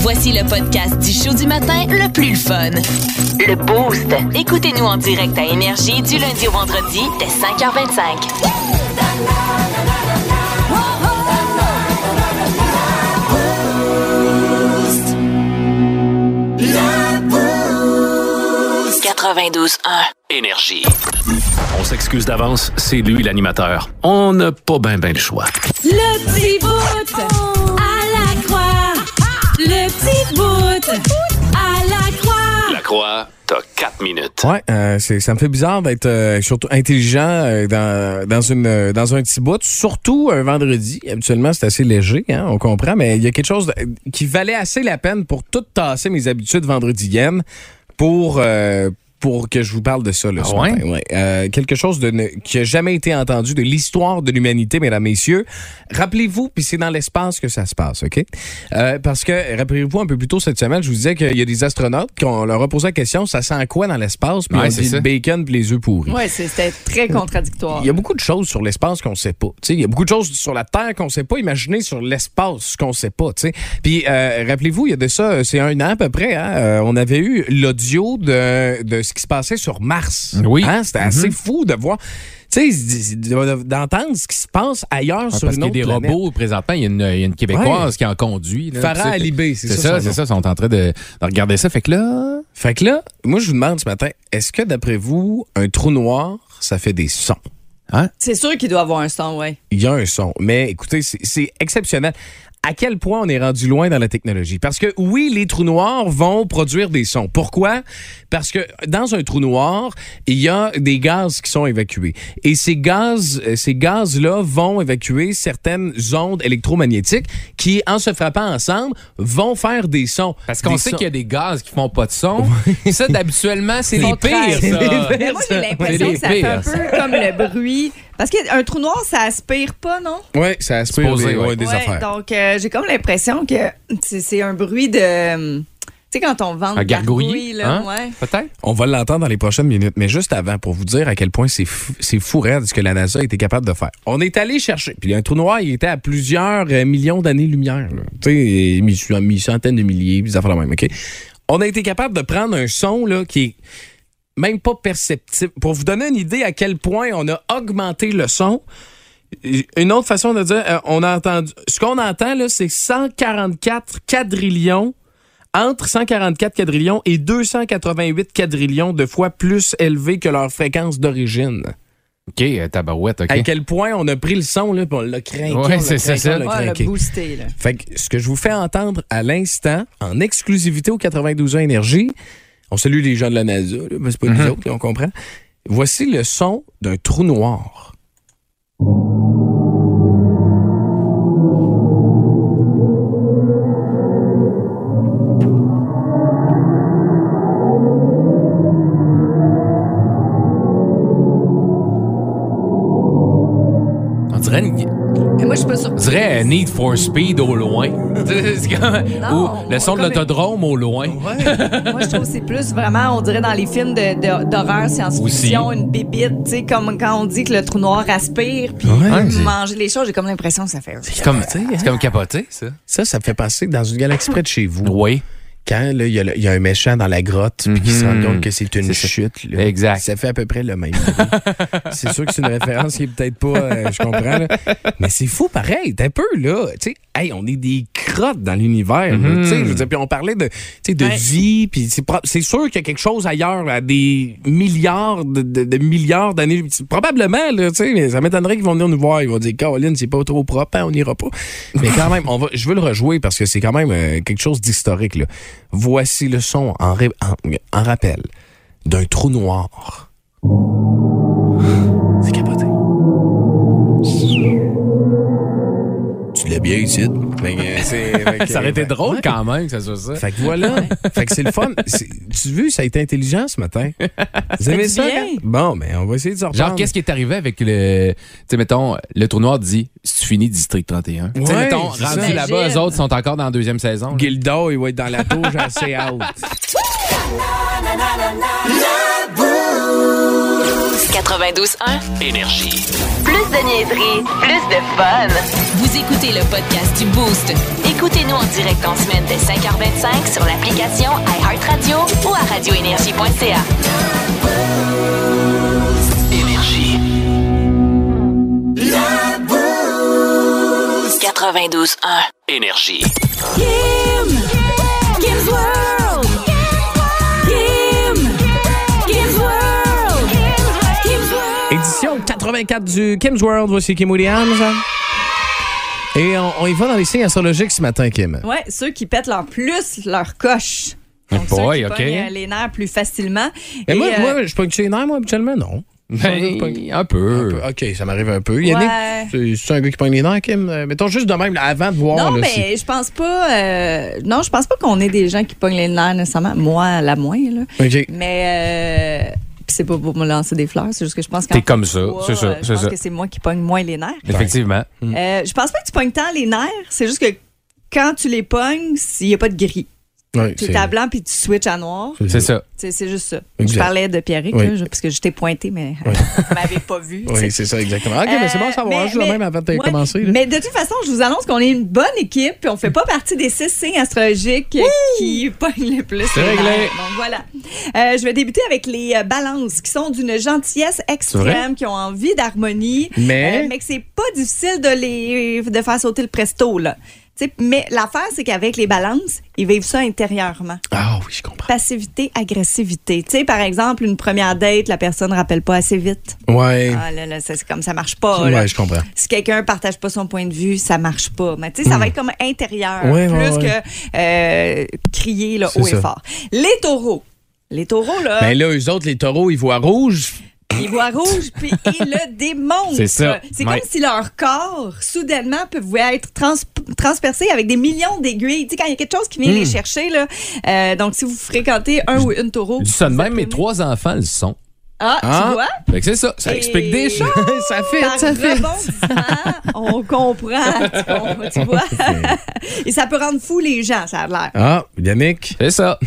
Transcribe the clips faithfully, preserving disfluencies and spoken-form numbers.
Voici le podcast du show du matin le plus fun. Le Boost. Écoutez-nous en direct à Énergie du lundi au vendredi dès cinq heures vingt-cinq. quatre-vingt-douze un. Énergie. On s'excuse d'avance, c'est lui l'animateur. On n'a pas ben ben le choix. Le petit bout à la croix. Le petit bout à la croix. La Croix, t'as quatre minutes. Ouais, euh, c'est, ça me fait bizarre d'être euh, surtout intelligent euh, dans, dans, une, euh, dans un petit bout, surtout un vendredi. Habituellement, c'est assez léger, hein, on comprend, mais il y a quelque chose de, qui valait assez la peine pour tout tasser mes habitudes vendrediennes pour... Euh, pour que je vous parle de ça là, ah ce ouais? matin. Ouais. Euh, quelque chose de ne, qui n'a jamais été entendu de l'histoire de l'humanité, mesdames, messieurs. Rappelez-vous, puis c'est dans l'espace que ça se passe, OK? Euh, parce que, rappelez-vous, un peu plus tôt cette semaine, je vous disais qu'il y a des astronautes qui ont leur a posé la question, ça sent quoi dans l'espace? Puis ouais, on dit le bacon puis les œufs pourris. Oui, c'était très contradictoire. Il y a beaucoup de choses sur l'espace qu'on sait pas. T'sais, il y a beaucoup de choses sur la Terre qu'on sait pas. Imaginez sur l'espace ce qu'on sait pas. T'sais. Puis, euh, rappelez-vous, il y a de ça, c'est un an à peu près, hein, euh, on avait eu l'audio de, de ce qui se passait sur Mars. Oui. Hein? C'était Mm-hmm. assez fou de voir, tu sais, d'entendre ce qui se passe ailleurs Ah, sur parce une qu'il y a autre des planète. robots, présentement, il y a une, il y a une Québécoise Ouais. qui en conduit. Là, Farah tu sais, Alibé, c'est, c'est ça. ça, son c'est nom. ça, ils sont en train de, de regarder ça. Fait que là... Fait que là, moi, je vous demande ce matin, est-ce que d'après vous, un trou noir, ça fait des sons? Hein? C'est sûr qu'il doit avoir un son, oui. Il y a un son, mais écoutez, c'est, c'est exceptionnel. À quel point on est rendu loin dans la technologie. Parce que oui, les trous noirs vont produire des sons. Pourquoi? Parce que dans un trou noir, il y a des gaz qui sont évacués. Et ces gaz, ces gaz-là vont évacuer certaines ondes électromagnétiques qui, en se frappant ensemble, vont faire des sons. Parce qu'on Des sait sons. qu'il y a des gaz qui font pas de son. Ça, d'habituellement, c'est les Contraire. pires, ça. Mais moi, j'ai l'impression C'est que ça fait un pire, peu comme le bruit. Parce qu'un trou noir, ça aspire pas, non? Oui, ça aspire Supposé, des, ouais. ouais, des Ouais, affaires. donc, euh, j'ai comme l'impression que c'est, c'est un bruit de... Tu sais, quand on vend Un gargouillis, là, hein? ouais. Peut-être? On va l'entendre dans les prochaines minutes, mais juste avant, pour vous dire à quel point c'est fou, c'est fou raide ce que la NASA a été capable de faire. On est allé chercher, puis un trou noir, il était à plusieurs euh, millions d'années-lumière. Tu sais, mis, mis centaines de milliers, des affaires la même, OK? On a été capable de prendre un son là, qui est même pas perceptible. Pour vous donner une idée à quel point on a augmenté le son, une autre façon de dire, euh, on a entendu, ce qu'on entend, là, c'est cent quarante-quatre quadrillions, entre cent quarante-quatre quadrillions et deux cent quatre-vingt-huit quadrillions de fois plus élevés que leur fréquence d'origine. OK, euh, tabarouette, OK. À quel point on a pris le son, là, puis on l'a craqué. Ouais, on l'a c'est ça, craqué, ça. on l'a Ouais, craqué. le boosté, là. Fait que ce que je vous fais entendre à l'instant, en exclusivité au quatre-vingt-douze ans Énergie, on salue les gens de la NASA, là, mais c'est pas Mm-hmm. nous autres, là, on comprend. Voici le son d'un trou noir. On dirait, une- Mais moi, je suis pas sûre. on dirait un Need for Speed au loin. C'est comme- Non, ou le son de comme- l'autodrome au loin. Moi, je trouve que c'est plus vraiment, on dirait dans les films de, de- d'horreur, science-fiction, Aussi. une bébite, tu sais, comme quand on dit que le trou noir aspire, puis Ouais, peut c'est- manger les choses, j'ai comme l'impression que ça fait... C'est comme, c'est comme capoté, ça. Ça, ça me fait penser dans une galaxie près de chez vous. Oui. Quand là, il y, a le- il y a un méchant dans la grotte puis qui se rend Mhm. compte que c'est une C'est ça. chute. Là. Exact. Ça fait à peu près le même bruit. C'est sûr que c'est une référence qui est peut-être pas... euh, je comprends, là. Mais c'est fou pareil. T'es un peu là. Tu sais, hey, on est des crottes dans l'univers. là, Mhm. tu sais, je veux dire, puis on parlait de, tu sais, de Ouais. vie. Puis c'est, pro- c'est sûr qu'il y a quelque chose ailleurs à des milliards de, de- de milliards d'années. Probablement, là, tu sais, mais ça m'étonnerait qu'ils vont venir nous voir. Ils vont dire, Caroline, c'est pas trop propre, hein, on n'ira pas. Mais quand même, on va, je veux le rejouer parce que c'est quand même euh, quelque chose d'historique. Là. Voici le son en, ré- en, en rappel d'un trou noir. C'est capoté. Tu l'as bien ici. Fait que, c'est- fait que- Ça aurait été fait- drôle ouais. quand même que ça soit ça. Fait que voilà. Fait que c'est le fun. C'est- tu as vu, ça a été intelligent ce matin. Vous aimez du ça? bien. hein? Bon, mais on va essayer de se reprendre. Genre, qu'est-ce qui est arrivé avec le. Tu sais, mettons, le trou noir dit si tu finis District trente et un. Tu sais, Ouais, mettons, c'est rendu ça. là-bas, Imagine. eux autres sont encore dans la deuxième saison. là. Gilda, il va être dans la tour, j'ai assez hâte. quatre-vingt-douze un. Énergie. Plus de niaiserie, plus de fun. Vous écoutez le podcast du Boost. Écoutez-nous en direct en semaine dès cinq heures vingt-cinq sur l'application iHeartRadio ou à radio énergie point c a. Énergie. quatre-vingt-douze un. Énergie. Kim! Kim's World! Kim! Kim's World! Kim's World! Édition quatre-vingt-quatre du Kim's World. Voici Kim Williams. Et on, on y va dans les signes astrologiques ce matin, Kim. Ouais, ceux qui pètent leur plus leur coche. Donc, Oh ceux boy, qui OK. pognent, euh, les nerfs plus facilement. Et, moi, euh, moi, je pogne-tu les nerfs, moi, habituellement? Non. Ben, un Un peu. peu. OK, ça m'arrive un peu. Yannick, Ouais. c'est, c'est un gars qui pogne les nerfs, Kim? Euh, Mettons juste de même, là, avant de voir. Non, là, mais je pense pas. euh, non, je pense pas qu'on ait des gens qui pognent les nerfs nécessairement. Moi, la moins, là. si- OK. Mais. Euh, pis c'est pas pour me lancer des fleurs, c'est juste que je pense que. T'es comme ça, c'est ça, Je c'est pense ça. que c'est moi qui pogne moins les nerfs. Effectivement. Euh, je pense pas que tu pognes tant les nerfs, c'est juste que quand tu les pognes, il n'y a pas de gris. Ouais, Tu c'est- es à blanc puis tu switches à noir. C'est ça. C'est, c'est juste ça. Exact. Je parlais de Pierrick, Oui. là, je- parce que je t'ai pointé, mais vous m'avez pas vu. tu sais. Oui, c'est ça, exactement. OK, mais c'est bon à savoir, Euh, juste de même avant de ouais, commencer. là. Mais de toute façon, je vous annonce qu'on est une bonne équipe puis on fait pas partie des six signes astrologiques euh, qui pognent le plus. C'est les réglé. nerfs. Donc voilà. Euh, je vais débuter avec les euh, balances qui sont d'une gentillesse extrême, qui ont envie d'harmonie, Mais- euh, mais que c'est pas difficile de les de faire sauter le presto là. Tu sais, mais l'affaire, c'est qu'avec les balances, ils vivent ça intérieurement. Ah oui, je comprends. Passivité, agressivité. Tu sais, par exemple, une première date, la personne ne rappelle pas assez vite. Ouais. Ah là là, ça, c'est comme ça marche pas. là. Ouais, je comprends. Si quelqu'un partage pas son point de vue, ça marche pas. Mais tu sais, ça va être comme intérieur, Ouais, plus ouais, ouais. que euh, crier là, C'est haut ça. et fort. Les taureaux. Les taureaux, là, Ben là, eux autres, les taureaux, ils voient rouge. ils voient rouge puis ils le démontrent. C'est ça. C'est Ouais. comme si leur corps, soudainement, pouvait être trans- transpercé avec des millions d'aiguilles. Tu sais, quand il y a quelque chose qui vient Hmm. les chercher, là. Euh, donc, si vous fréquentez un ou une taureau. Je dis ça de vous même, mes apprenez- trois enfants le sont. Ah, Ah. tu vois? Fait que c'est ça. Ça Et- explique des choses. ça fait, Par ça fait. rebondissement, on comprend, tu, com- tu vois. Et ça peut rendre fou les gens, ça a l'air. Ah, Yannick. C'est ça.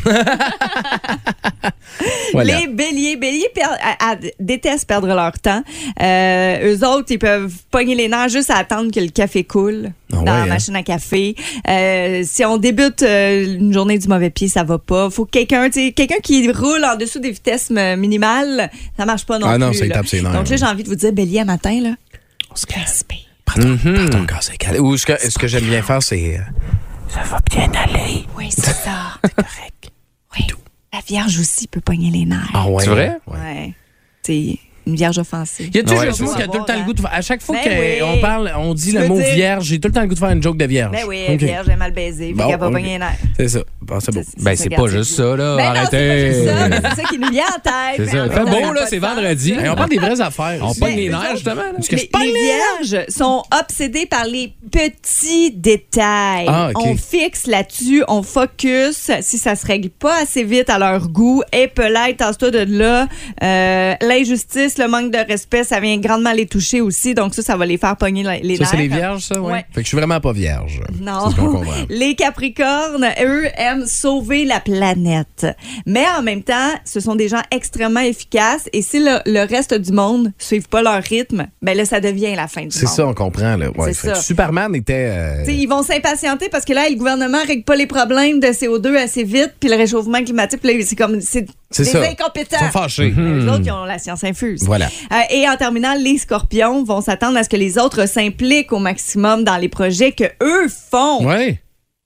Voilà. Les béliers, béliers per- à- à- détestent perdre leur temps. Euh, eux autres, ils peuvent pogner les nerfs juste à attendre que le café coule Ah dans ouais, la hein? machine à café. Euh, si on débute euh, une journée du mauvais pied, ça va pas. Faut que quelqu'un, tu sais, quelqu'un qui roule en dessous des vitesses euh, minimales, ça marche pas non Ah non, plus. ça y là. tape ses nerfs, Donc là, ouais. j'ai envie de vous dire, bélier à matin, là. On se calme. Respire. Prends ton, prends ton gaz à calme. Ou ce que, ce que j'aime bien faire, c'est. euh, Ça va bien aller. Oui, c'est ça. C'est correct. Oui. La Vierge aussi peut pogner les nerfs. Ah ouais. C'est vrai? Ouais. Ouais. C'est une Vierge offensée. Y a-tu Ouais, juste c'est moi qui a ça. tout le temps le goût de faire. À chaque fois Ben qu'on oui. parle, on dit Tu le veux mot dire- vierge, j'ai tout le temps le goût de faire une joke de vierge. Ben oui, Ok. Vierge est mal baisée. Bon, Fait qu'elle va ok. pogner les nerfs. C'est ça. Bon, c'est beau. Ben, ça, c'est pas regarde, juste c'est ça, là. Ben non, c'est pas Arrêtez. juste ça, mais c'est ça qui nous vient en tête. C'est Mais ça. en Il fait même temps, beau, ça a là, pas c'est de sens. vendredi. Hey, on parle des vraies affaires. On ici. pogne les les nerfs, autres- justement. là. Parce que Les, je pogne les les vierges sont obsédés par les petits détails. Ah, ok. On fixe là-dessus, on focus. Si ça se règle pas assez vite à leur goût, épelette, tasse-toi de là. Euh, l'injustice, le manque de respect, ça vient grandement les toucher aussi. Donc ça, ça va les faire pogner la- les Ça, nerfs. c'est les vierges, ça, ouais. Ouais. Fait que je suis vraiment pas vierge. Non. C'est ce qu'on comprend. Les Capricornes, eux, aiment sauver la planète. Mais en même temps, ce sont des gens extrêmement efficaces. Et si le, le reste du monde ne suive pas leur rythme, ben là, ça devient la fin du C'est monde. ça, on comprend, là. Ouais. C'est Fait que ça. Superman était. euh, T'sais, ils vont s'impatienter parce que là, le gouvernement ne règle pas les problèmes de C O deux assez vite, puis le réchauffement climatique, puis là, c'est comme c'est C'est des ça. incompétents. Ils sont fâchés. Les autres, ils ont la science infuse. Voilà. Euh, et en terminant, les scorpions vont s'attendre à ce que les autres s'impliquent au maximum dans les projets que eux font. Ouais.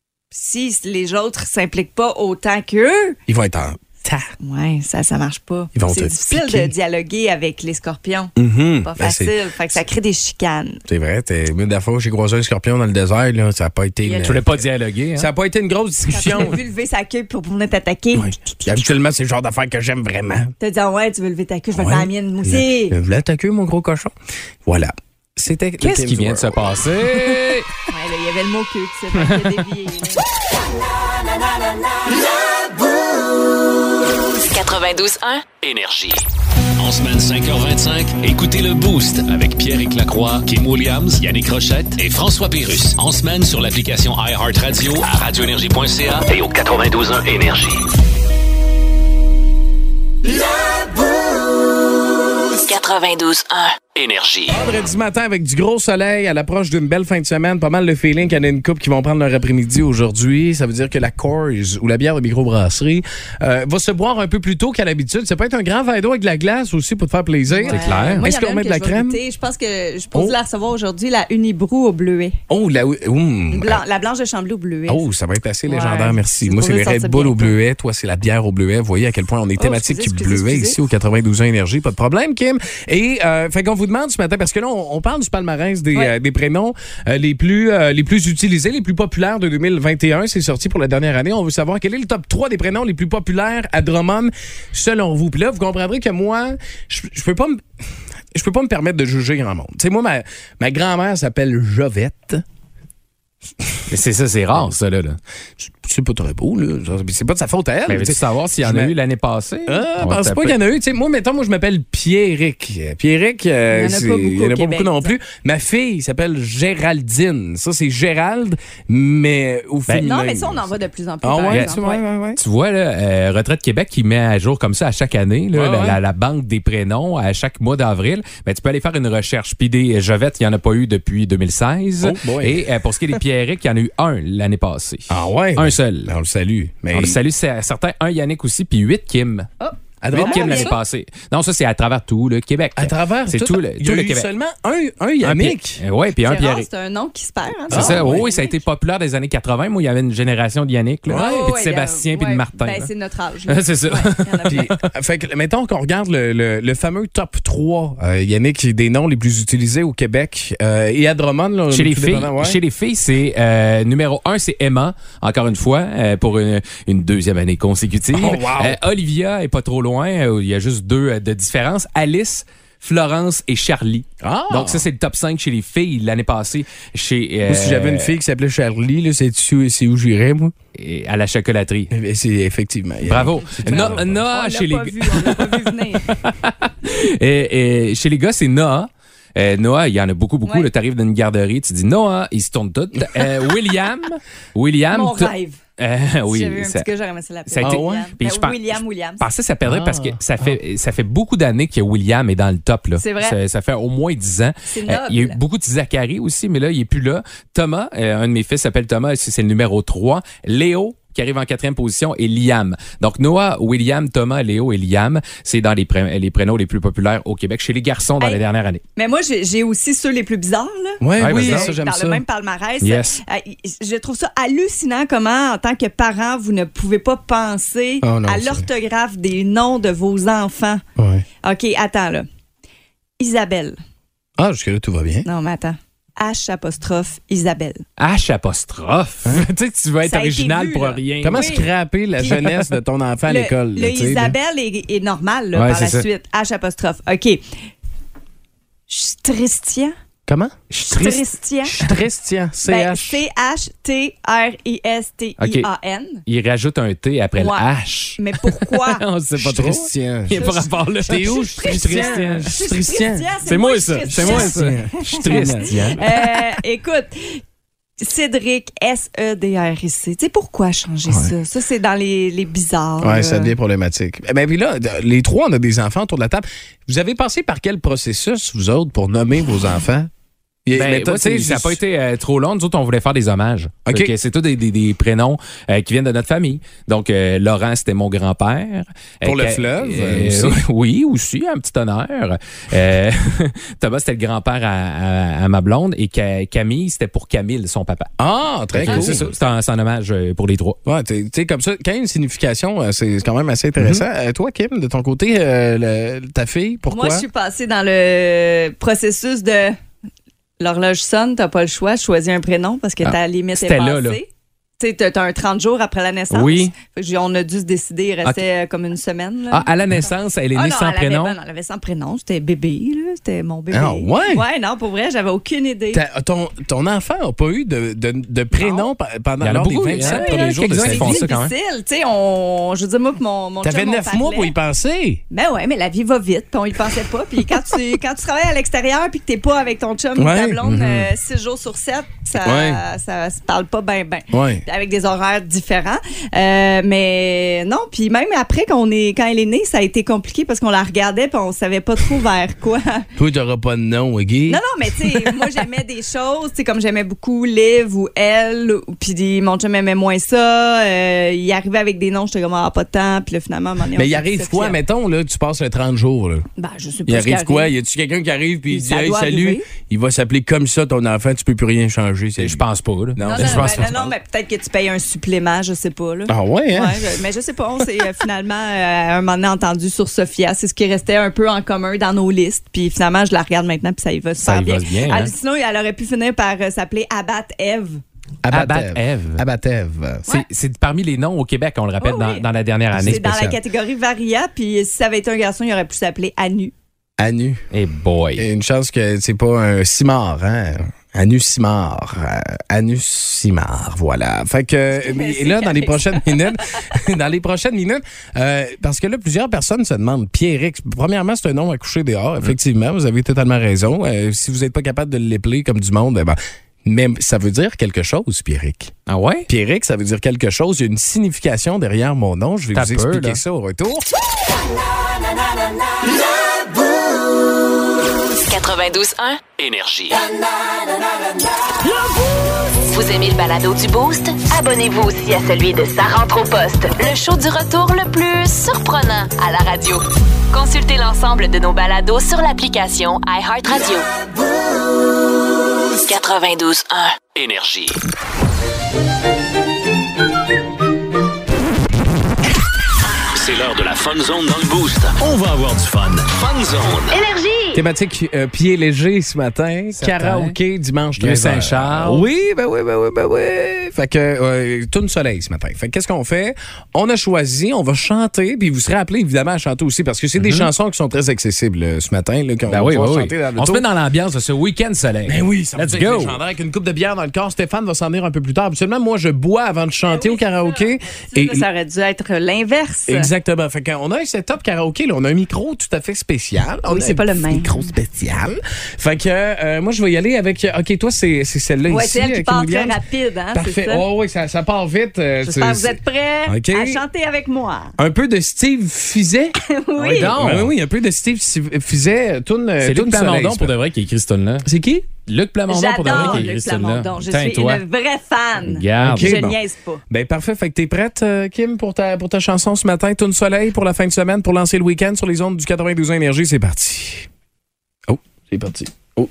Si les autres s'impliquent pas autant qu'eux, Ils vont être en. Ta. ouais, ça, ça marche pas. Ils vont C'est te difficile piquer. de dialoguer avec les scorpions. Mhm. Pas Ben, c'est- facile. Fait que ça crée des chicanes. C'est vrai, t'es une des fois, j'ai croisé un scorpion dans le désert, là, ça n'a pas été Il y a- une, Tu voulais pas dialoguer, hein? ça a pas été une grosse Quand tu discussion. l'as vu lever sa queue pour venir t'attaquer, Ouais. Habituellement, c'est le genre d'affaires que j'aime vraiment. t'as dit, ah ouais, tu veux lever ta queue, je vais Ouais. faire la mienne, moi aussi. Je voulais attaquer mon gros cochon. Voilà. C'était. le Qu'est-ce qui Kim's vient de se World. passer? Ouais, là, il y avait le mot queue, tu sais, fait qu'il a dévié, là. quatre-vingt-douze un. Énergie. En semaine cinq heures vingt-cinq, écoutez le Boost avec Pierrick Lacroix, Kim Williams, Yannick Rochette et François Pérusse. En semaine sur l'application iHeartRadio, à radio énergie point c a et au quatre-vingt-douze un Énergie. quatre-vingt-douze un. Énergie. Vendredi matin avec du gros soleil à l'approche d'une belle fin de semaine. Pas mal le feeling qu'il y en a une couple qui vont prendre leur après-midi aujourd'hui. Ça veut dire que la Coors ou la bière de microbrasserie euh, va se boire un peu plus tôt qu'à l'habitude. Ça peut être un grand verre d'eau avec de la glace aussi pour te faire plaisir. Ouais. C'est clair. Moi, Est-ce il y en a qu'on met une de la que je vais crème? goûter. Je pense que je suis supposée Oh. la recevoir aujourd'hui, la Unibroue au bleuet. Oh, la, mm. Blanc, la blanche de Chambly au bleuet. Oh, ça va être assez Ouais. légendaire, merci. C'est Moi, c'est supposé les Red sortir Bull au bientôt. bleuet. Toi, c'est la bière au bleuet. Vous voyez à quel point on est Oh, thématique excusez, excusez, bleuet excusez. ici au quatre-vingt-douze ans Énergie. Pas de problème, Kim. Et euh, fait qu'on vous demande ce matin, parce que là, on, on parle du palmarès des, Ouais. euh, des prénoms euh, les, plus, euh, les plus utilisés, les plus populaires de deux mille vingt et un. C'est sorti pour la dernière année. On veut savoir quel est le top trois des prénoms les plus populaires à Drummond selon vous. Puis là, vous comprendrez que moi, je, je peux pas me... Je peux pas me permettre de juger grand monde. Tu sais, moi, ma, ma grand-mère s'appelle Jovette. Mais c'est ça, c'est rare, ça, là. là. C'est pas très beau, là. C'est pas de sa faute à elle. Mais Tu veux-tu sais, savoir s'il y en je a me- eu l'année passée? Ah, On je pense va pas qu'il y en a eu. Tu sais, moi, mettons, moi, je m'appelle Pierrick. Pierrick, euh, Il y en a c'est- pas beaucoup il y en a au pas Québec, beaucoup non ça. plus. Ma fille s'appelle Géraldine. Ça, c'est Gérald, mais au Ben, féminin. Non, mais ça, on en voit de plus en plus. Ah par ouais, exemple. tu vois, ouais, ouais. Tu vois, là, euh, Retraite Québec qui met à jour comme ça à chaque année, là, Ouais, la, ouais. la- la banque des prénoms à chaque mois d'avril. Ben, tu peux aller faire une recherche. Puis des Jovettes, il n'y en a pas eu depuis deux mille seize. Oh boy. Et euh, pour ce qui est des Pierrick, il y en a eu un l'année passée. Ah ouais? Un seul. Ben, on le salue. Mais On le salue, c'est certain. Un Yannick aussi, puis huit Kim. à Huit Drummond, Kim l'année ça? passée. Non, ça, c'est à travers tout le Québec. à travers C'est tout, tout le, il y tout a le eu Québec. seulement un, un Un Yannick. Pierre- ouais, puis un C'est rare, Pierrick. c'est un nom qui se perd. Hein, C'est ça. ça, Ah, oui, ouais. oui, ça a été populaire des années quatre-vingt. Moi, il y avait une génération de Yannick, là. Ouais, puis de ouais, Sébastien, il y a- puis de ouais, Martin. Ben, là. c'est notre âge. là. C'est ça. Ouais, il y en a Puis, plein. euh, fait que, mettons qu'on regarde le, le- le fameux top trois, euh, Yannick, des noms les plus utilisés au Québec euh, et à Drummond. Là, Chez les tout filles, dépendant, ouais. chez les filles, c'est euh, numéro un, c'est Emma, encore une fois, euh, pour une, une deuxième année consécutive. Oh, wow. Euh, Olivia est pas trop loin, euh, il y a juste deux euh, de différence. Alice, Florence et Charlie. Ah! Donc ça, c'est le top cinq chez les filles l'année passée. Chez, euh, Moi, si j'avais une fille qui s'appelait Charlie, là, c'est, c'est où j'irais, moi? et à la chocolaterie. Eh, C'est effectivement. Bravo. No- bravo. Noah, On l'a chez les, pas vu, on l'a pas vu venir. et, et chez les gars, c'est Noah. Euh, Noah, il y en a beaucoup, beaucoup. Ouais. Tu arrives dans une garderie, tu dis Noah, ils se tournent tous. Euh, William, William. Mon t- rêve. Euh, Si oui, j'avais eu un ça- petit gars, j'aurais aimé ça l'appeler. ça a été- Ah ouais? William. Puis Ben, je pense- William Williams. Je pensais que ça perdrait Ah. parce que ça fait, ça fait beaucoup d'années que William est dans le top. Là. C'est vrai. Ça, ça fait au moins dix ans. C'est Euh, noble. il y a eu beaucoup de Zachary aussi, mais là, il est plus là. Thomas, euh, un de mes fils s'appelle Thomas, c'est c'est le numéro trois. Léo, qui arrive en quatrième position, et Liam. Donc, Noah, William, Thomas, Léo et Liam, c'est dans les, pré- les prénoms les plus populaires au Québec chez les garçons dans Hey. les dernières années. Mais moi, j'ai j'ai aussi ceux les plus bizarres, là. Ouais, Ouais, oui, vas-y. ça, j'aime dans ça. le même palmarès. Yes. Euh, je trouve ça hallucinant comment, en tant que parent, vous ne pouvez pas penser Oh non, à c'est- l'orthographe des noms de vos enfants. Ouais. OK, attends, là. Isabelle. Ah, jusque-là, tout va bien. Non, mais attends. H apostrophe Isabelle. H apostrophe. tu sais que tu veux être Ça a été original vu, pour là. rien. Comment Oui. scraper la Puis- jeunesse de ton enfant à Le- l'école? Le, là, tu sais, là? Isabelle est, est normal là, Ouais, par c'est la ça. suite. H apostrophe. OK. Stristian. Comment? Stristian. Tristian. Ben, C H. C H T R I S T I A N. Il rajoute un T après Ouais. le H. Mais pourquoi? On sait pas trop. Tristian. Il n'y a pas rapport là. T'es où? Tristian. Tristian. C'est moi ça. C'est moi ça. Je suis triste. Euh, écoute, Cédric, S E D R I C. Tu sais, pourquoi changer ça? Ça, c'est dans les, les bizarres. Ouais, là. ça devient problématique. Ben, puis là, les trois, on a des enfants autour de la table. Vous avez passé par quel processus, vous autres, pour nommer vos enfants? Il- Ben, mais toi, moi, tu sais, c'est ça n'a juste- pas été euh, trop long. Nous autres, on voulait faire des hommages. OK. Fait que c'est tous des, des, des prénoms euh, qui viennent de notre famille. Donc, euh, Laurent, c'était mon grand-père. Pour le Ca- fleuve, euh, aussi. Oui, aussi, un petit honneur. Euh, Thomas, c'était le grand-père à, à- à ma blonde. Et Ca- Camille, c'était pour Camille, son papa. Ah, très Fait que cool. C'est ça. C'est un, c'est un hommage euh, pour les trois. Ouais, tu sais, comme ça, quand il y a une signification, euh, c'est quand même assez intéressant. Mm-hmm. Euh, toi, Kim, de ton côté, euh, le- ta fille, pourquoi? Moi, je suis passée dans le processus de l'horloge sonne, t'as pas le choix, choisis un prénom parce que Ah, ta limite est c'était passée. là, là. Tu sais, t'as t'as un trente jours après la naissance. Oui. Fait que j'ai- on a dû se décider, il restait euh, comme une semaine. Là. Ah, à la naissance, elle est Ah née non, sans elle avait- prénom. ben non, elle avait sans prénom. C'était bébé, là. C'était mon bébé. Ah, ouais? Ouais, non, pour vrai, j'avais aucune idée. Ta- ton, ton enfant n'a pas eu de, de, de prénom pa- pendant Il y en a lors des beaucoup, vingt-sept hein, premiers il y en a jours de quelques-uns sa qui vie. font C'est ça quand même. difficile. Tu sais, on, je veux dire, moi, que mon, mon T'avais chum, on neuf mois parlait. pour y penser. Ben ouais, mais la vie va vite, puis on y pensait pas. Puis quand tu, quand tu travailles à l'extérieur, puis que t'es pas avec ton chum ou Ouais. ta blonde Mhm. euh, six jours sur sept, Ça, Ouais. ça se parle pas bien, bien. Ouais. Avec des horaires différents. Euh, mais non, puis même après, quand, on est, quand elle est née, ça a été compliqué parce qu'on la regardait puis on savait pas trop vers quoi. Toi, t'auras pas de nom, OK? Non, non, mais tu sais, moi, j'aimais des choses, tu sais, comme j'aimais beaucoup Liv ou Elle, ou- puis des- mon chum aimait moins ça. Euh, il arrivait avec des noms, j'étais comme, ah, pas de temps, puis là, finalement, à un moment donné, Mais on il s'est arrive dit, quoi, c'est mettons, là, tu passes le trente jours, là? Ben, je sais pas. Il ce qui arrive quoi? Y a-tu quelqu'un qui arrive puis il dit, Ça hey, doit salut, arriver. il va s'appeler comme ça, ton enfant, tu peux plus rien changer. c'est- Je pense pas, là. Non, Non, non, je non, pense ben, pas. non, non, mais peut-être que tu payes un supplément, je sais pas, là. Ah ouais, hein? Ouais, je- mais je sais pas, on s'est euh, finalement euh, un moment donné entendu sur Sophia. C'est ce qui restait un peu en commun dans nos listes. Puis finalement, je la regarde maintenant, puis ça y va super Ça y bien. va bien, Elle- hein? sinon, elle aurait pu finir par euh, s'appeler Abat Eve. Abat-Ève. Abat-Ève. C'est c'est parmi les noms au Québec, on le rappelle, Oh, dans, oui. dans la dernière année. C'est dans la spécial. catégorie Varia. Puis si ça avait été un garçon, il aurait pu s'appeler Anu. Anu. Et boy. Et une chance que c'est pas un cimard, hein? Anu Simard. Euh, Anu Simard, voilà. Fait que, et là, dans les prochaines minutes, dans les prochaines minutes, euh, parce que là, plusieurs personnes se demandent, Pierrick, premièrement, c'est un nom à coucher dehors, effectivement, vous avez totalement raison. Euh, si vous n'êtes pas capable de l'épeler comme du monde, eh ben, mais ça veut dire quelque chose, Pierrick. Ah ouais? Pierrick, ça veut dire quelque chose. Il y a une signification derrière mon nom. Je vais T'as vous peur, expliquer là. ça au retour. quatre-vingt-douze un. Énergie. Vous aimez le balado du Boost? Abonnez-vous aussi à celui de Sa rentre au poste, le show du retour le plus surprenant à la radio. Consultez l'ensemble de nos balados sur l'application iHeartRadio. quatre-vingt-douze un. Énergie. C'est l'heure de la Fun Zone dans le Boost. On va avoir du fun. Fun Zone. Thématique euh, pied léger ce matin. Certain. Karaoké dimanche Vieux treize heures. Saint-Charles. Oui, ben oui, ben oui, ben oui. Fait que, euh, tourne soleil ce matin. Fait que qu'est-ce qu'on fait? On a choisi, on va chanter, puis vous serez appelés évidemment à chanter aussi parce que c'est des chansons qui sont très accessibles euh, ce matin. Là, qu'on Ben va oui, pouvoir oui, chanter oui. dans le On se tour. met dans l'ambiance de ce week-end soleil. Ben oui, ça Let's veut dire go. que je chanterai avec une coupe de bière dans le corps. Stéphane va s'en venir un peu plus tard. Habituellement, moi, je bois avant de chanter au karaoké. Et ça aurait dû être l'inverse. Exactement. Fait qu'on a un setup karaoké, là. On a un micro tout à fait spécial. On Oui, a c'est un pas le petit même. micro spécial. Fait que euh, moi, je vais y aller avec. OK, toi, c'est c'est celle-là Ouais, ici. c'est elle euh, qui part très Williams. rapide, hein, Parfait. c'est ça? Oh, oui, ça, ça part vite. euh, J'espère que c'est- vous êtes prêts OK. à chanter avec moi. Un peu de Steve Fizet. Oui. donc. Oui, oui, un peu de Steve Fizet. Tourne, C'est Luc tourne soleil, Plamondon pour ça. de vrai qui a écrit ce tune-là. C'est qui? Luc Plamondon pour de vrai J'adore qui a écrit Luc ce tune-là. Plamondon. Je Putain, suis toi. une vraie fan. Regarde. OK, Je bon. niaise pas. Ben parfait. Fait que t'es prête, euh, Kim, pour ta, pour ta chanson ce matin, Tourne soleil pour la fin de semaine, pour lancer le week-end sur les ondes du quatre-vingt-douze ans Énergie. C'est parti. Oh, c'est parti. Oh.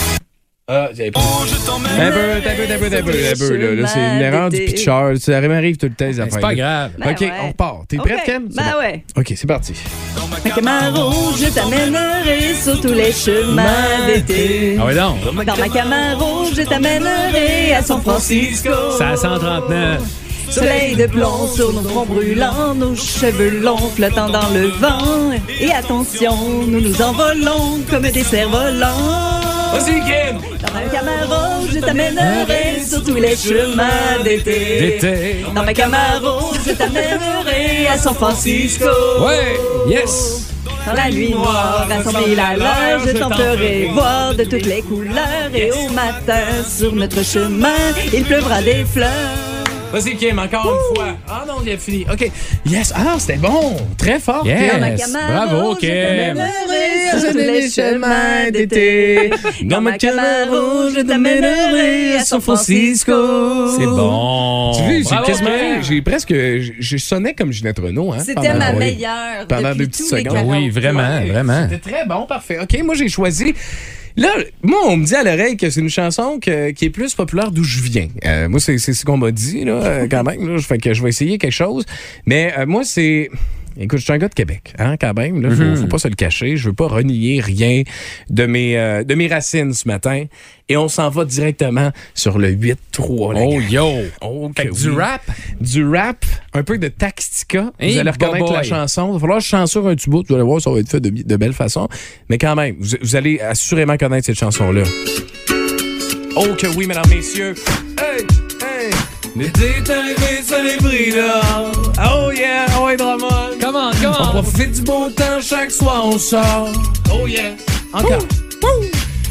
Ah, j'ai pas. Un peu, un peu, un peu, un peu, un peu, là. Là, c'est une erreur du pitcher. Ça m'arrive tout le temps, les Ben, affaires. C'est pas grave. Ben OK, ouais. on repart. T'es OK. prête, Kim? C'est Ben bon. ouais. OK, c'est parti. Ma Camaro, je t'amènerai sur tous les chemins d'été. Ah oui, donc. Dans ma Camaro, je t'amènerai à San Francisco. C'est à cent trente-neuf. Soleil de plomb sur nos fronts brûlants, nos cheveux longs flottant dans le vent. Et attention, nous nous envolons comme des cerfs-volants. Vas-y, Kim! Dans ma Camaro, je t'amènerai sur tous les chemins d'été. D'été. Dans ma Camaro, je t'amènerai à San Francisco. Ouais, yes. Dans la nuit noire, à cent mille à l'heure, je t'en ferai voir de toutes les couleurs. Et au matin, sur notre chemin, il pleuvra des fleurs. Vas-y, Kim, encore une fois. Ah non, il a fini. OK. Yes. Ah, c'était bon. Très fort, Yes. Kim. Dans ma Camaro, Bravo, je Kim. t'amènerai sur tous les chemins d'été. Dans ma Camaro, je t'amènerai à San Francisco. C'est bon. Tu vois, j'ai Bravo, quasiment, Kim. j'ai presque, je, je sonnais comme Ginette Renault, hein. C'était pendant- ma oui. meilleure. Pendant depuis deux petites tous les secondes. karaokés. Oui, vraiment, Ouais, vraiment. C'était très bon, parfait. OK, moi, j'ai choisi. Là, moi, on me dit à l'oreille que c'est une chanson que- qui est plus populaire d'où je viens. Euh, moi, c'est c'est ce qu'on m'a dit, là, euh, quand même. Là. Fait que je vais essayer quelque chose. Mais euh, moi, c'est... Écoute, je suis un gars de Québec, hein, quand même. Là, faut, Mm-hmm. faut pas se le cacher. Je veux pas renier rien de mes, euh, de mes racines ce matin. Et on s'en va directement sur le huit trois. la Oh, gang. yo. Oh, Fait que que du oui. rap. Du rap, un peu de Taxtica. Hey, vous allez reconnaître boy. la chanson. Il va falloir que je chansure un petit bout. Vous allez voir, ça va être fait de, bi- de belle façon. Mais quand même, vous, vous allez assurément connaître cette chanson-là. Oh que oui, mesdames, messieurs. Hey, hey. L'été est arrivé, ça les brille là. Oh yeah, oh ouais, Drummond. Come on, On come on. profite du beau temps, chaque soir on sort. Oh yeah. Encore.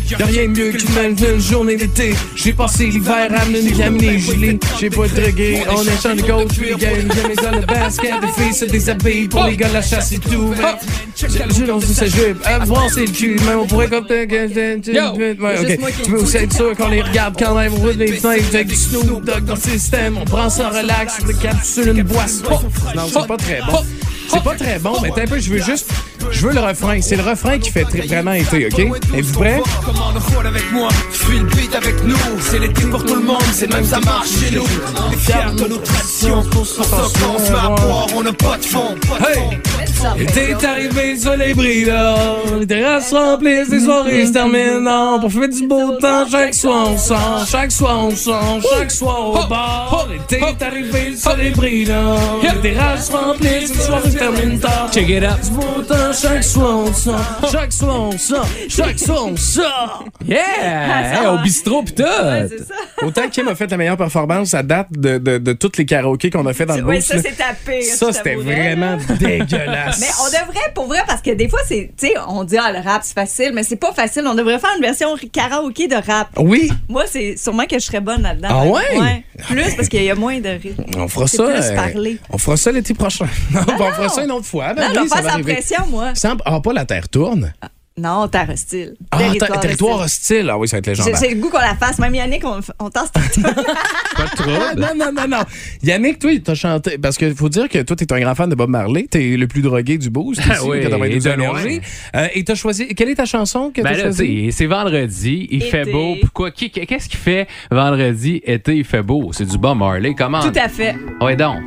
Y'a rien de mieux qu'une belle journée d'été. J'ai passé l'hiver à me caminer gelé. J'ai pas drogué, on est champ de gauche. Puis les gars, ils aiment dans le basket. Les filles se déshabillent pour les gars, la chasse et tout. Je lance sa jupe, à voir c'est le cul. Mais on pourrait comme. Tu veux aussi être sûr qu'on les regarde quand même. On roule les fenêtres avec du Snoop Dogg dans le système. On prend ça relax, on capsule une boisson. Non, c'est pas très bon. C'est pas très bon, mais t'as un peu, je veux juste. Je veux le refrain. C'est le refrain qui fait très, vraiment été, OK? Êtes-vous prêts? Avec moi, suis le beat avec nous. C'est l'été pour tout le monde, c'est même ça marche chez nous. On est fiers de nos traditions. On se met à boire, on n'a pas de fond. Hey! L'été est arrivé, le soleil brille là. Les terrasses remplissent, les soirées se terminent. Pour faire du beau temps, chaque soir on sort. Chaque soir on sort, chaque soir au bar. L'été est arrivé, le soleil brille là. Les terrasses remplissent, les soirées se terminent tard. Check it out. Du beau temps, chaque soir on sort. Chaque soir on sort. Chaque soir on sort. Yeah! Hey, au bistrot pis tout! Ouais, c'est ça. Autant Kim a fait la meilleure performance à date de, de, de toutes les karaokés qu'on a fait dans le Oui, boost. ça, là. c'est tapé. Ça, c'était vraiment dégueulasse. Mais on devrait, pour vrai, parce que des fois, c'est, tu sais, on dit, ah, le rap, c'est facile, mais c'est pas facile. On devrait faire une version karaoké de rap. Oui. Moi, c'est sûrement que je serais bonne là-dedans. Ah ouais? Ouais. Plus, parce qu'il y a moins de rythme. On fera C'est ça. plus euh, parler. on fera ça l'été prochain. Non, on fera ça une autre fois. Ben Non, oui, je vais ça faire va sans arriver. pression, moi. Sans- Ah, pas la Terre tourne. Non, terre hostile. Ah, territoire, territoire hostile. Ah oui, ça va être J'ai légendaire. j'ai le goût qu'on la fasse. Même Yannick, on, on tasse tout. Pas de trouble. Non, non, non, non. Yannick, toi, t'as chanté. Parce qu'il faut dire que toi, t'es un grand fan de Bob Marley. T'es le plus drogué du boost. Ici, Oui, quatre-vingt-douze et de énergie. Euh, et t'as choisi. Quelle est ta chanson que Ben t'as là, choisie? c'est c'est vendredi, il Été. fait beau. Pourquoi? Qui- Qu'est-ce qu'il fait vendredi, été, il fait beau? C'est du Bob Marley. Comment? Tout à fait. Ouais, donc.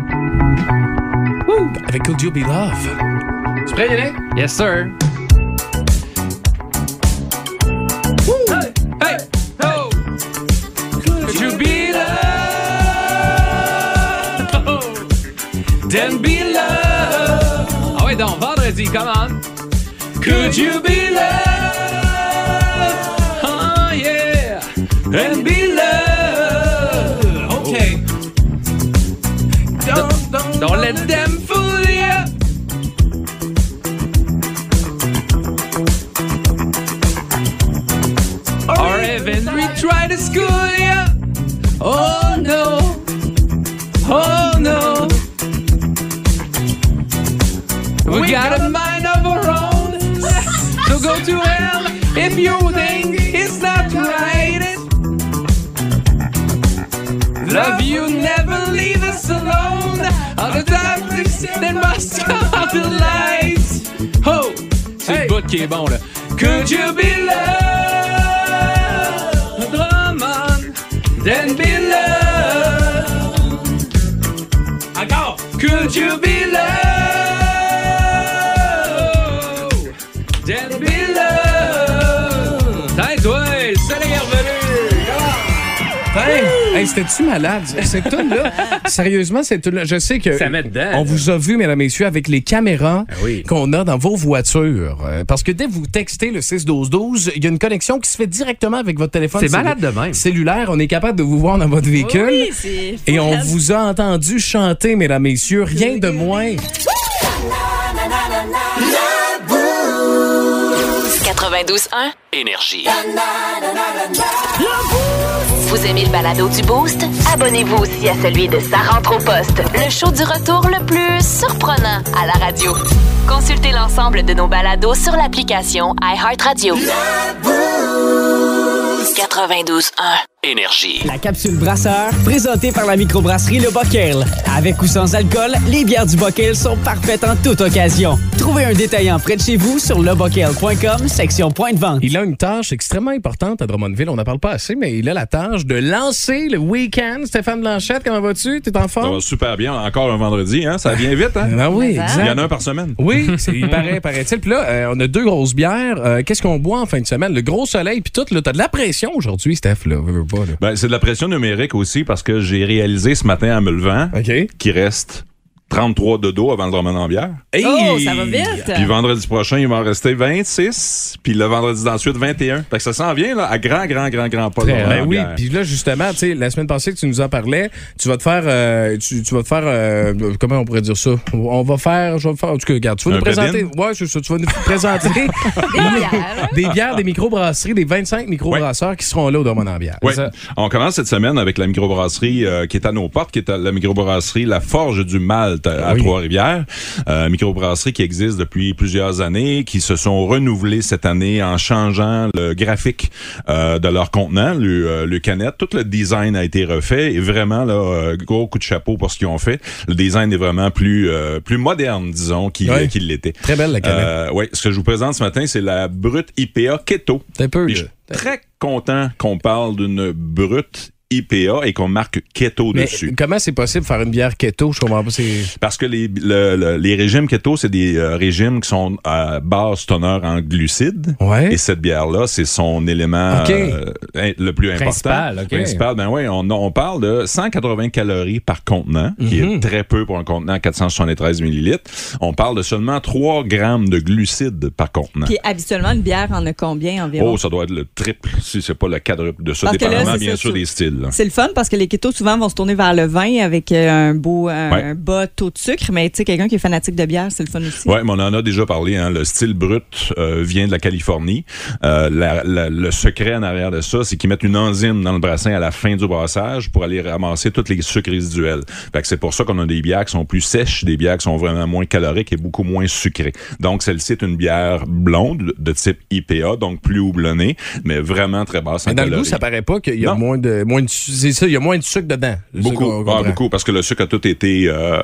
Avec Could You Be Love. Tu prêt, Yannick? Yes, sir. Hey, hey, oh! Could you be love? Oh, then be love. Ah ouais, donc, vendredi, come on. Could you be love? Oh, yeah. And be love. Okay. Don't, don't, don't let them fool you. Or even we try to school you. Oh no. Oh no. We got a mind of our own. So go to hell if you think it's not right. Love you, never leave us alone. All the darkness that must come out the lights. Oh, c'est le bout qui est bon là. Could you be loved? Come on, then be loved. Encore. Could you be loved? Then be loved. Hey, toi, le soleil est revenu. Hey, hey, c'était-tu malade? Cette tune-là, sérieusement, cette tune-là, je sais que Ça met dedans, on là. vous a vu, mesdames et messieurs, avec les caméras Ah oui. qu'on a dans vos voitures. Euh, parce que dès que vous textez le six douze douze, il y a une connexion qui se fait directement avec votre téléphone. C'est cellu- malade de même. Cellulaire, on est capable de vous voir dans votre véhicule. Oui, c'est fou, Et on raide. vous a entendu chanter, mesdames, messieurs, rien de moins. quatre-vingt-douze un. Énergie. Vous aimez le balado du Boost? Abonnez-vous aussi à celui de Sa rentre au poste, le show du retour le plus surprenant à la radio. Consultez l'ensemble de nos balados sur l'application iHeartRadio. quatre-vingt-douze un. Énergie. La capsule brasseur, présentée par la microbrasserie Le Bockel. Avec ou sans alcool, les bières du Bockel sont parfaites en toute occasion. Trouvez un détaillant près de chez vous sur lebockel point com, section point de vente. Il a une tâche extrêmement importante à Drummondville. On n'en parle pas assez, mais il a la tâche de lancer le week-end. Stéphane Blanchette, comment vas-tu? T'es en Ça forme? va super bien. Encore un vendredi, hein? Ça vient vite, hein? Ah oui, Mais exact. Il y en a un par semaine. Oui, c'est, il paraît, paraît-il. Puis là, euh, on a deux grosses bières. Euh, qu'est-ce qu'on boit en fin de semaine? Le gros soleil, puis tout. Là, t'as de la pression aujourd'hui, Steph. Là, veux, veux pas, là. Ben, c'est de la pression numérique aussi parce que j'ai réalisé ce matin en me levant OK. qu'il reste trente-trois dodos avant le Drummond en bière. Hey! Oh, ça va vite! Puis vendredi prochain, il va en rester vingt-six. Puis le vendredi d'ensuite, vingt et un. Fait que ça s'en vient là, à grand, grand, grand, grand pas. Ben oui, puis là, justement, tu sais, la semaine passée que tu nous en parlais, tu vas te faire, euh, tu, tu vas te faire, euh, comment on pourrait dire ça? On va faire, je vais faire, en tout cas, regarde, tu vas Un nous présenter, bedin? ouais, c'est ça, tu vas nous présenter des bières. des bières, des microbrasseries, des vingt-cinq microbrasseurs ouais. qui seront là au Drummond en bière. Oui. On commence cette semaine avec la microbrasserie euh, qui est à nos portes, qui est à la microbrasserie La Forge du Malte à oui. Trois-Rivières. Euh, microbrasserie qui existe depuis plusieurs années, qui se sont renouvelées cette année en changeant le graphique euh, de leur contenant, le, euh, le canette. Tout le design a été refait et vraiment, là, euh, gros coup de chapeau pour ce qu'ils ont fait. Le design est vraiment plus, euh, plus moderne, disons, qu'il, oui. qu'il l'était. Très belle la canette. Euh, oui, ce que je vous présente ce matin, c'est la Brut I P A Keto. Un peu. Je suis très content qu'on parle d'une Brut I P A et qu'on marque keto mais dessus. Comment c'est possible de faire une bière keto? Je comprends pas. C'est... Parce que les, le, le, les régimes keto, c'est des euh, régimes qui sont à basse teneur en glucides. Ouais. Et cette bière-là, c'est son élément okay. euh, le plus Principal, important. Okay. Principal. Ben oui, on, on parle de cent quatre-vingts calories par contenant, mm-hmm. qui est très peu pour un contenant à quatre cent soixante-treize millilitres. On parle de seulement trois grammes de glucides par contenant. Puis habituellement, une bière en a combien environ? Oh, ça doit être le triple, si c'est pas le quadruple de ça, parce dépendamment là, bien ça, sûr des styles. Là. C'est le fun parce que les ketos, souvent, vont se tourner vers le vin avec un beau un, ouais. un bas taux de sucre. Mais tu sais, quelqu'un qui est fanatique de bière, c'est le fun aussi. Oui, mais on en a déjà parlé. Hein. Le style brut euh, vient de la Californie. Euh, la, la, le secret en arrière de ça, c'est qu'ils mettent une enzyme dans le brassin à la fin du brassage pour aller ramasser tous les sucres résiduels. Fait que c'est pour ça qu'on a des bières qui sont plus sèches, des bières qui sont vraiment moins caloriques et beaucoup moins sucrées. Donc, celle-ci est une bière blonde de type I P A, donc plus houblonnée, mais vraiment très basse en mais dans calories. Le goût, ça paraît pas qu'il y a non. moins de, moins de, c'est ça, il y a moins de sucre dedans. Beaucoup, ah, beaucoup, parce que le sucre a tout été euh,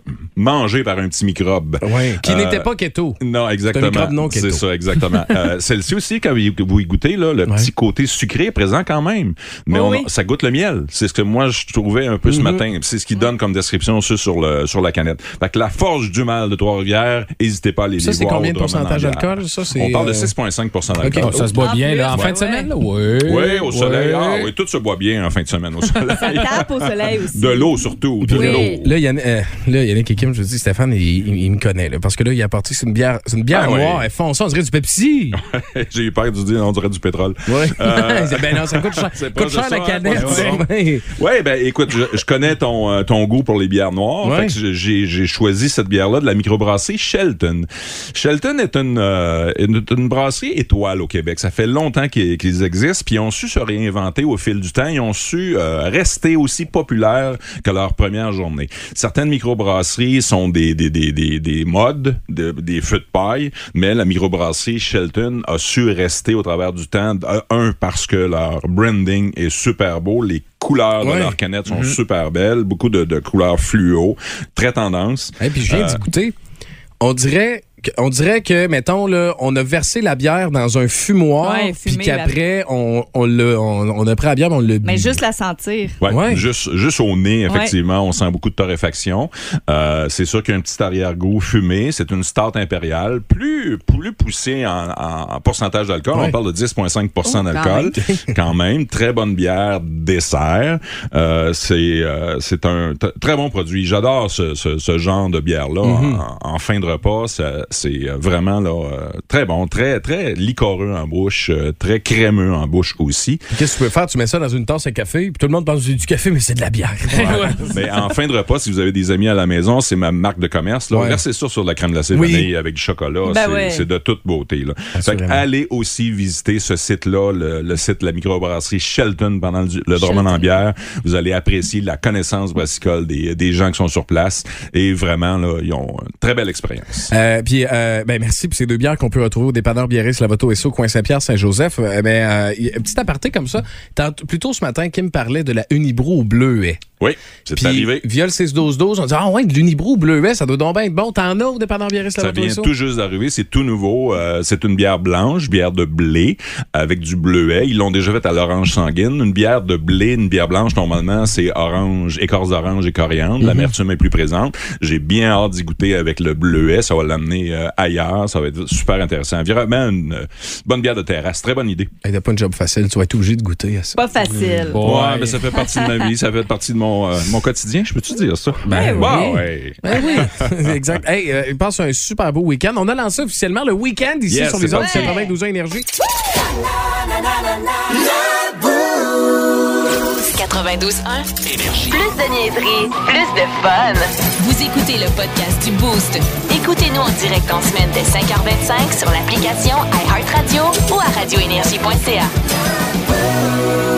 mangé par un petit microbe. Oui, qui euh, n'était pas keto. Non, exactement. C'est un microbe non keto. C'est ça, exactement. euh, celle-ci aussi, quand vous y goûtez, là, le ouais. petit côté sucré est présent quand même. Mais oh, on, oui. ça goûte le miel. C'est ce que moi, je trouvais un peu mm-hmm. ce matin. C'est ce qui donne comme description ça sur, le, sur la canette. Fait que la Forge du Mal de Trois-Rivières, n'hésitez pas à les, ça, les c'est voir. Ça, c'est combien de pourcentage d'alcool? Ça, c'est, on parle de euh... six virgule cinq pour cent d'alcool. Okay. Oh, ça se boit bien, là, en ouais, fin de ouais. semaine, là? Oui. Oui, au soleil. Ouais. Ah oui, tout se boit bien en fin de semaine au soleil. Ça tape au soleil aussi. De l'eau surtout. De oui. l'eau. Là, il y en a, euh, là, il y en a quelqu'un, je vous dis, Stéphane, il, il, il me connaît, là, parce que là, il a apporté, c'est une bière, c'est une bière ah, noire, ouais. elle fonce, on dirait du Pepsi. J'ai eu peur de dire, on dirait du pétrole. Oui. Euh... ben non, ça coûte cher, coûte cher la canette. Oui, ouais, ben écoute, je, je connais ton, ton goût pour les bières noires. Ouais. Fait que j'ai, j'ai choisi cette bière-là de la microbrasserie Shelton. Shelton est une, euh, une, une brasserie étoile au Québec. Ça fait longtemps qu'ils, qu'ils existent, puis ils ont su se réinventer au fil du temps. Ils ont su euh, rester aussi populaires que leur première journée. Certaines microbrasseries sont des, des, des, des, des modes, de, des feux de paille, mais la microbrasserie Shelton a su rester au travers du temps. Un, parce que leur branding est super beau, les couleurs ouais. de leurs canettes sont mm-hmm. super belles, beaucoup de, de couleurs fluo, très tendance. Et puis je viens euh, d'y goûter. On dirait... On dirait que, mettons, là, on a versé la bière dans un fumoir, ouais, puis qu'après, la... on, on, l'a, on, on a pris la bière, mais on l'a bu. Mais juste la sentir. Ouais, ouais. Juste, juste au nez, effectivement, ouais. on sent beaucoup de torréfaction. Euh, c'est sûr qu'il y a un petit arrière-goût fumé. C'est une stout impériale, plus, plus poussée en, en, en pourcentage d'alcool. Ouais. On parle de dix virgule cinq pour cent oh, d'alcool. Quand même. quand même. Très bonne bière, dessert. Euh, c'est, euh, c'est un t- très bon produit. J'adore ce, ce, ce genre de bière-là. Mm-hmm. En, en fin de repas, ça, c'est vraiment là, euh, très bon, très, très liquoreux en bouche, euh, très crémeux en bouche aussi. Qu'est-ce que tu peux faire? Tu mets ça dans une tasse à café, puis tout le monde pense que c'est du café, mais c'est de la bière. Ouais. Mais en fin de repas, si vous avez des amis à la maison, c'est ma marque de commerce. Là. Ouais. Versez ça sur de la crème glacée oui. vanille avec du chocolat. Ben c'est, ouais. c'est de toute beauté. Là. Fait allez aussi visiter ce site-là, le, le site de la microbrasserie Shelton pendant le, le Drummond en bière. Vous allez apprécier la connaissance brassicole des, des gens qui sont sur place. Et vraiment, là, ils ont une très belle expérience. Euh, puis, euh, ben merci pour ces deux bières qu'on peut retrouver au dépanneur Biarritz, Lavoto S O, coin Saint-Pierre, Saint-Joseph. Euh, mais euh, un petit aparté comme ça. Tant, plus tôt ce matin, Kim parlait de la Unibroue au bleuet. Oui, c'est puis, arrivé. Via le six douze douze, on dit ah ouais, de l'Unibroue au bleuet, ça doit donc bien être bon. T'en as au dépanneur Biarritz, Lavoto S O? Ça vient tout juste d'arriver, c'est tout nouveau. Euh, c'est une bière blanche, bière de blé avec du bleuet. Ils l'ont déjà fait à l'orange sanguine. Une bière de blé, une bière blanche, normalement, c'est orange, écorce d'orange et coriandre. Mm-hmm. L'amertume est plus présente. J'ai bien hâte d'y goûter avec le bleuet. Ça va l'amener euh, ailleurs. Ça va être super intéressant. Vraiment une euh, bonne bière de terrasse. Très bonne idée. Il n'y a pas une job facile. Tu vas être obligé de goûter à ça. Pas facile. Ouais, ouais mais ça fait partie de ma vie. Ça fait partie de mon mon, euh, mon quotidien, je peux-tu dire ça? Ben oui. Bon, ouais. Ben oui, exact. Hey, euh, il passe un super beau week-end. On a lancé officiellement le week-end ici Yes, sur les c'est autres parti. quatre-vingt-douze ans Énergie. quatre-vingt-douze un. Énergie. Plus de niaiserie, plus de fun. Vous écoutez le podcast du Boost. Écoutez-nous en direct en semaine dès cinq heures vingt-cinq sur l'application iHeartRadio ou à radio énergie point c a.